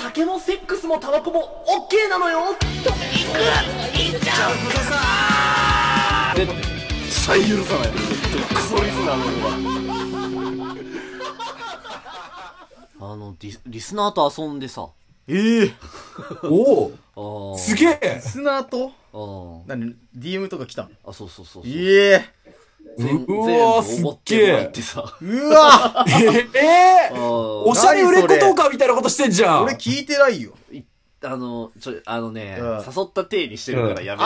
酒もセックスもタバコも OK なのよ。いっちゃうくださー。絶対許さない。クソリスナーのはリスナーと遊んでさ。 おお、すげえ。 リスナーと何 DM とか来たの？ あ、そうそうそう。 うわ、すっげえ。 うわおしゃれ売れっ子トーカーみたいなことしてんじゃん。 俺聞いてないよ。 誘った体にしてるからやめて。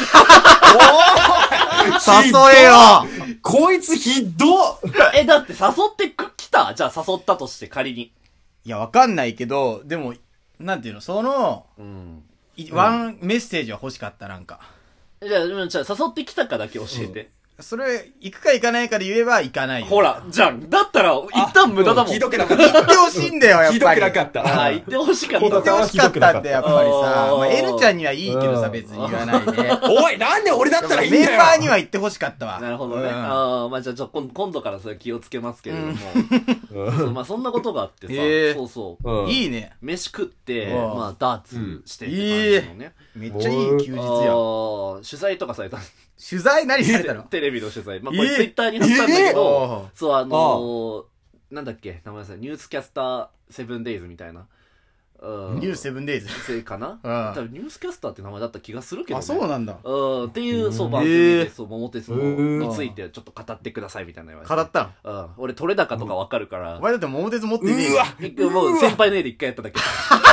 誘えよ。 こいつひどっ。 だって誘ってきた？じゃあ誘ったとして仮に。 いや、わかんないけど、でも、なんていうの、ワンメッセージは欲しかった、なんか。 じゃあ、誘ってきたかだけ教えて。 それ、行くか行かないかで言えば行かないよ。 ほら、じゃん。だったら、一旦無駄だもん。 ひどくなかった。 行ってほしいんだよ、やっぱり。 ひどくなかった。 言ってほしかった。 行ってほしかったんだよ、やっぱりさ。まあ、L ちゃんにはいいけどさ、別に言わないで。 おい、なんで俺だったらいいんだよ。 メンバーには行ってほしかったわ。 なるほどね。まあ、じゃあ、今度からそれ気をつけますけれども。まあ、そんなことがあってさ。そうそう。 いいね。 飯食って、まあ、ダーツしてって感じのね。 めっちゃいい休日やん。 取材とかされた。 取材何されたの？ テレビの取材。まあ、これツイッターに貼ったんだけど、そう、なんだっけ、名前さ、ニュースキャスターセブンデイズみたいな。 ニュースセブンデイズかな？多分ニュースキャスターって名前だった気がするけどね。 あ、そうなんだ。 っていう、そう、番組で、そう、桃鉄についてちょっと語ってくださいみたいな言われて。 語ったの？俺、取れ高とかわかるから。 お前だって桃鉄持ってねえよ。もう先輩の家で一回やっただけ。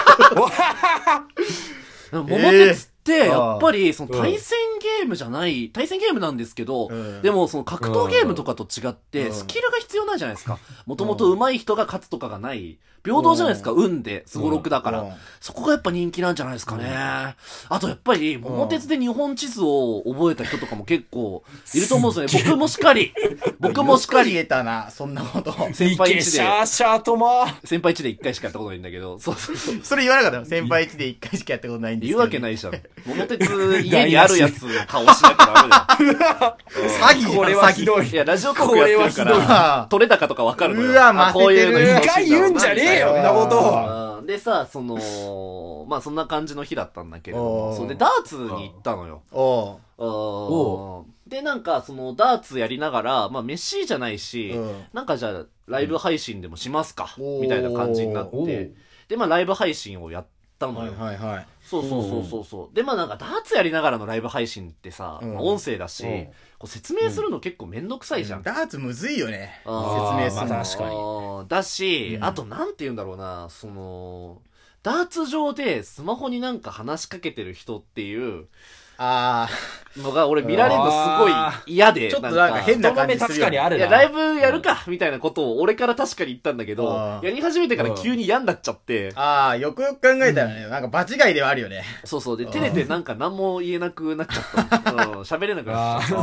桃鉄って、やっぱり、その対戦ゲームじゃない、対戦ゲームなんですけど、でもその格闘ゲームとかと違って、スキルが必要ないじゃないですか。もともと上手い人が勝つとかがない、平等じゃないですか、運で、スゴロクだから。そこがやっぱ人気なんじゃないですかね。あとやっぱり、桃鉄で日本地図を覚えた人とかも結構いると思うんですよね。僕もしかり。 言えたな、そんなこと。 先輩一で。 シャーシャーとも。 先輩一で一回しかやったことないんだけど、そう。 それ言わなかったの？先輩一で一回しかやったことないんですけど。 言うわけないじゃん。桃鉄家にあるやつ顔しなきゃダメだよ。詐欺これはひどい。 いや、ラジオトークやってるから、取れ高とかわかるのよ。 うわ、ませてる。 一回言うんじゃねえよ、そんなこと。 でさ、まあそんな感じの日だったんだけれども、それでダーツに行ったのよ。で、なんか、ダーツやりながら、まあ飯じゃないし、なんかじゃあ、ライブ配信でもしますか、みたいな感じになって、で、まあライブ配信をやったのよ。そう。で、まあなんかダーツやりながらのライブ配信ってさ、音声だし、こう説明するの結構めんどくさいじゃん。 ダーツむずいよね。説明するの。 確かに。 だし、あとなんて言うんだろうな、ダーツ上でスマホになんか話しかけてる人っていう、のが俺見られるのすごい嫌で、 ちょっとなんか変な感じするよね。 確かにあるな。 いや、ライブやるかみたいなことを俺から確かに言ったんだけど、やり始めてから急に嫌になっちゃって。 よくよく考えたらね、なんか場違いではあるよね。 そう。で、照れてなんか何も言えなくなっちゃった。喋れなくなっちゃった。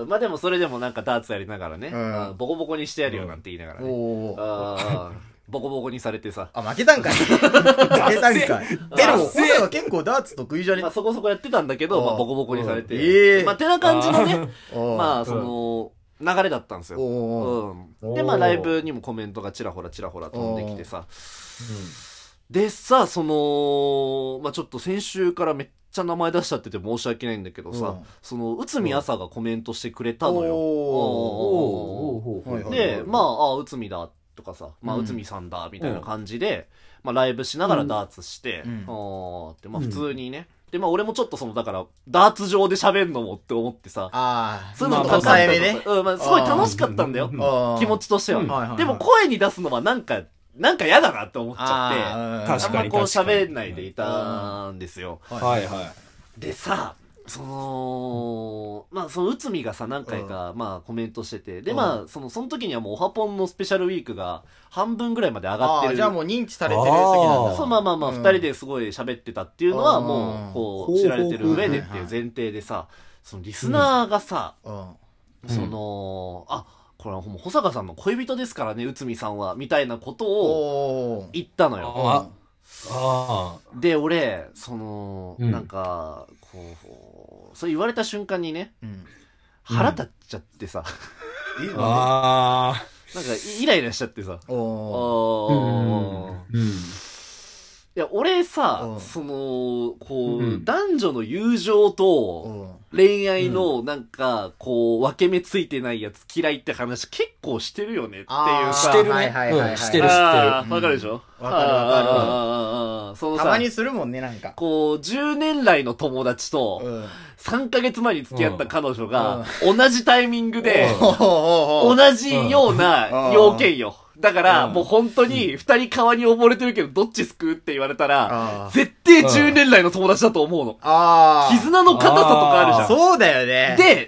まあでもそれでもなんかダーツやりながらね、ボコボコにしてやるよなんて言いながらね。ボコボコにされてさ。 負けたんかい。負けたんかい。でも、小田は結構ダーツ得意じゃね？ まあそこそこやってたんだけど、まあボコボコにされて。まあてな感じのね、まあ流れだったんですよ。で、まあライブにもコメントがチラホラ飛んできてさ。でさ、まあちょっと先週からめっちゃ名前出しちゃってて申し訳ないんだけどさ、内海朝がコメントしてくれたのよ。で、まあ、内海だ。とかさ、まあ、内海さんだ、みたいな感じで、まあ、ライブしながらダーツして、で、まあ、普通にね。で、まあ、俺もちょっとだから、ダーツ上で喋んのもって思ってさ、 そういうのも抑えめね。 まあ、すごい楽しかったんだよ。気持ちとしては。でも、声に出すのはなんか嫌だなって思っちゃって、あんまこう喋んないでいたんですよ。でさ、まあ、内海がさ、何回か、まあ、コメントしてて、で、まあ、その時にはもう、オハポンのスペシャルウィークが、半分ぐらいまで上がってる。 じゃあもう認知されてる時なんだ。 そう、まあ、二人ですごい喋ってたっていうのは、もう、こう、知られてる上でっていう前提でさ、リスナーがさ、これはもう、保坂さんの恋人ですからね、内海さんは、みたいなことを、言ったのよ。で、俺、なんか、そう言われた瞬間にね、腹立っちゃってさ、なんかイライラしちゃってさ、 いや、俺さ、男女の友情と、恋愛の、なんか、分け目ついてないやつ嫌いって話結構してるよねっていうさ。 してるね。してる。わかるでしょ？ わかる。 たまにするもんね、なんか。 10年来の友達と、3ヶ月前に付き合った彼女が、同じタイミングで、同じような要件よ。だから、もう本当に、二人川に溺れてるけど、どっち救うって言われたら、絶対10年来の友達だと思うの。絆の硬さとかあるじゃん。 そうだよね。 で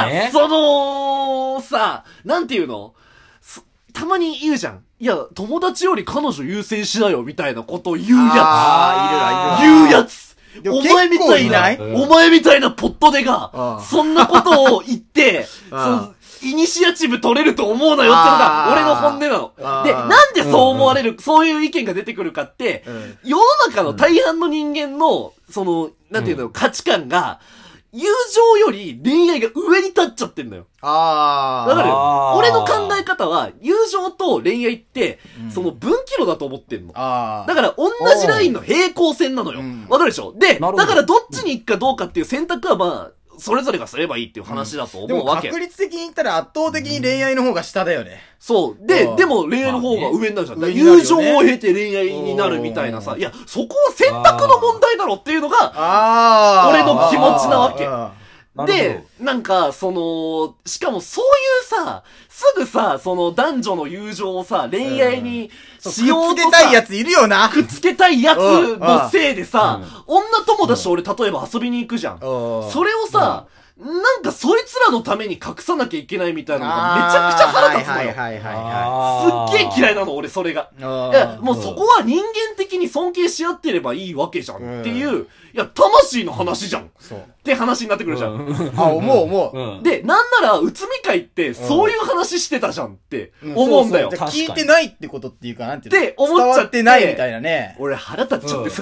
さ、なんていうの？たまに言うじゃん。いや、友達より彼女優先しなよ、みたいなことを言うやつ。言うやつ。お前みたいなポットデが、そんなことを言って、イニシアチブ取れると思うなよってのが俺の本音なの。で、なんでそう思われる、そういう意見が出てくるかって、世の中の大半の人間の、なんていうの、価値観が、友情より恋愛が上に立っちゃってんのよ。わかる？俺の考え方は、友情と恋愛って、分岐路だと思ってんの。だから同じラインの平行線なのよ。わかるでしょ？で、だからどっちに行くかどうかっていう選択はまあ、それぞれがすればいいっていう話だと思うわけ。 でも確率的に言ったら圧倒的に恋愛の方が下だよね。 そう。でも恋愛の方が上になるじゃん。友情を経て恋愛になるみたいなさ。いや、そこは選択の問題だろっていうのが、俺の気持ちなわけ。で、なんか、しかもそういうさ、すぐさ、男女の友情をさ、恋愛にしようとさ、 くっつけたいやついるよな。 くっつけたいやつのせいでさ、女友達と俺例えば遊びに行くじゃん。それをさ、なんかそいつらのために隠さなきゃいけないみたいなのがめちゃくちゃ腹立つのよ。すっげえ嫌いなの、俺それが。いや、もうそこは人間的に尊敬し合ってればいいわけじゃんっていう、いや、魂の話じゃん。って話になってくるじゃん。 思う。で、なんなら、うつみ会ってそういう話してたじゃんって思うんだよ。 聞いてないってことっていうかなんていうの？ って思っちゃって。 伝わってないみたいなね。 俺腹立っちゃってさ。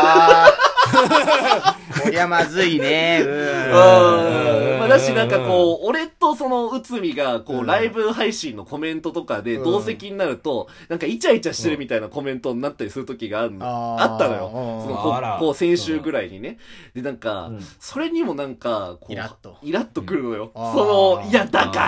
こりゃまずいね。 まあだしなんか俺とうつみがライブ配信のコメントとかで同席になると、なんかイチャイチャしてるみたいなコメントになったりする時があったのよ。先週ぐらいにね。で、なんか、それにもなんか、イラッとくるのよ。いや、だから、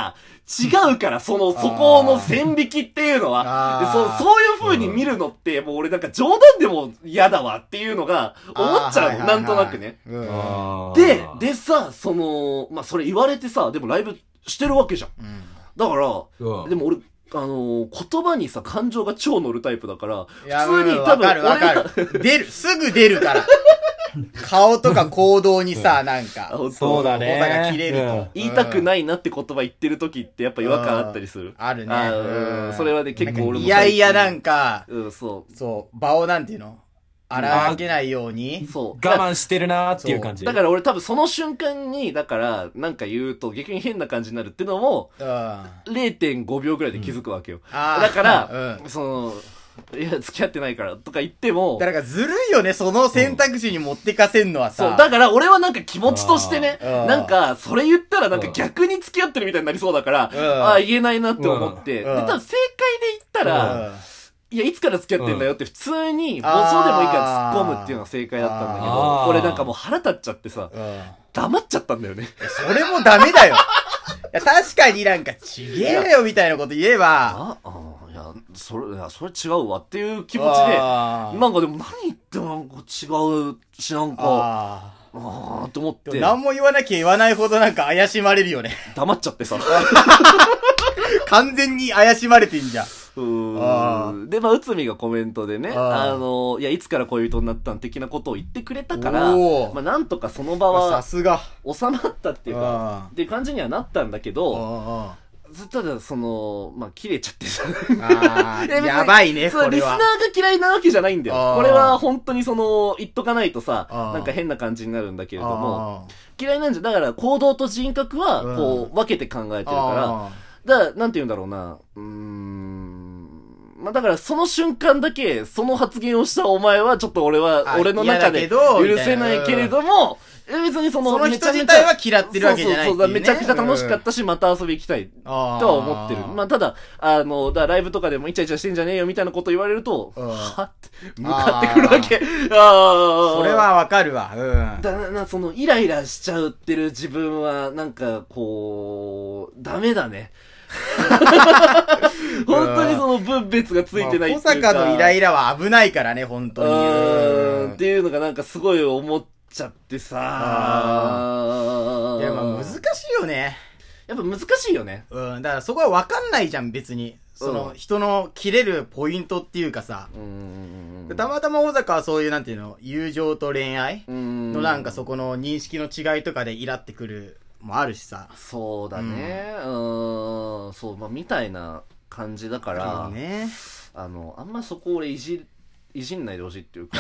違うから、そこの線引きっていうのは、そういう風に見るのって、もう俺なんか冗談でも嫌だわっていうのが思っちゃうの、なんとなくね。でさ、まあ、それ言われてさ、でもライブしてるわけじゃん。だから、でも俺、言葉にさ、感情が超乗るタイプだから、普通に多分、 わかる。すぐ出るから。顔とか行動にさ、なんか、 そうだね。 言葉が切れると。 言いたくないなって言葉言ってる時ってやっぱ違和感あったりする。 あるね。 それはね、結構俺も。 いやいやなんか、 そう、 場をなんていうの？荒げないように。 そう。我慢してるなーっていう感じ。 だから俺多分その瞬間に、だからなんか言うと逆に変な感じになるっていうのも、0.5 秒ぐらいで気づくわけよ。だから、いや、付き合ってないからとか言っても。 だからずるいよね、その選択肢に持ってかせんのはさ。 そう、だから俺はなんか気持ちとしてね、なんか、それ言ったらなんか逆に付き合ってるみたいになりそうだから、言えないなって思って。で、多分正解で言ったら、いや、いつから付き合ってんだよって普通に、ボソでもいいから突っ込むっていうのが正解だったんだけど、俺なんかもう腹立っちゃってさ、黙っちゃったんだよね。 それもダメだよ。いや、確かになんかちげえよみたいなこと言えば、 いや、それ違うわっていう気持ちで、なんかでも何言ってもなんか違うし、なんか、って思って。 何も言わなきゃ言わないほどなんか怪しまれるよね。 黙っちゃってさ。 完全に怪しまれてんじゃん。 で、まあ、内海がコメントでね、いや、いつから恋人になったん的なことを言ってくれたから、まあ、なんとかその場は、 さすが。 収まったっていうか、っていう感じにはなったんだけど、ただ、まあ、切れちゃってさ。 やばいね、これは。 リスナーが嫌いなわけじゃないんだよ。これは本当に言っとかないとさ、なんか変な感じになるんだけれども、嫌いなんじゃ、だから行動と人格は、分けて考えてるから、なんて言うんだろうな、 まあだからその瞬間だけ、その発言をしたお前はちょっと俺の中で許せないけれども、別にその人自体は嫌ってるわけじゃないっていうね。 そうめちゃくちゃ楽しかったし、また遊び行きたいとは思ってる。まあただ、ライブとかでもイチャイチャしてんじゃねえよみたいなこと言われると、はって向かってくるわけ。 それはわかるわ。 そのイライラしちゃうってる自分は、なんかこう、ダメだね。本当にその分別がついてないっていうか。 小坂のイライラは危ないからね、本当に。 っていうのがなんかすごい思っちゃってさ。 いや、まあ難しいよね。 やっぱ難しいよね。 だからそこは分かんないじゃん、別に。その、人の切れるポイントっていうかさ。たまたま小坂はそういう、なんていうの、友情と恋愛のなんかそこの認識の違いとかでイラってくるもあるしさ。 そうだね。そう、まあ、みたいな感じだから、 ね、 あんまそこ俺いじんないでほしいっていうか、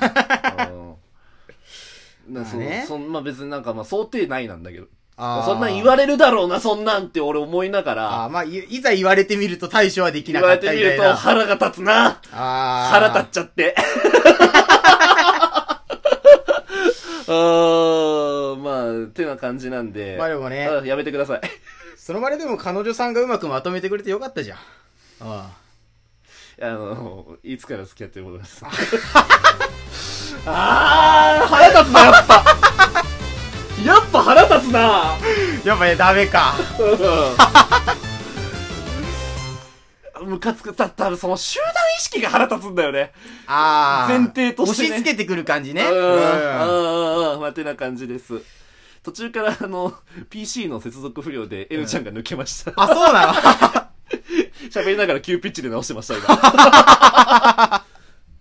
まあ別になんかまあ想定内なんだけど。そんなん言われるだろうな、そんなんって俺思いながら。 まあ、いざ言われてみると対処はできなかったみたいな。 言われてみると腹が立つな。腹立っちゃって。まあ、ってな感じなんで。 まあでもね。 やめてください。 その場ででも彼女さんがうまくまとめてくれてよかったじゃん。 いつから付き合ってることです。腹立つな、やっぱ。やっぱ腹立つな。 やっぱね、ダメか。 ムカつく。多分その集団意識が腹立つんだよね。前提としてね。 押し付けてくる感じね。 てな感じです。途中からPC の接続不良で N ちゃんが抜けました。 そうなの喋りながら急ピッチで直してました、今。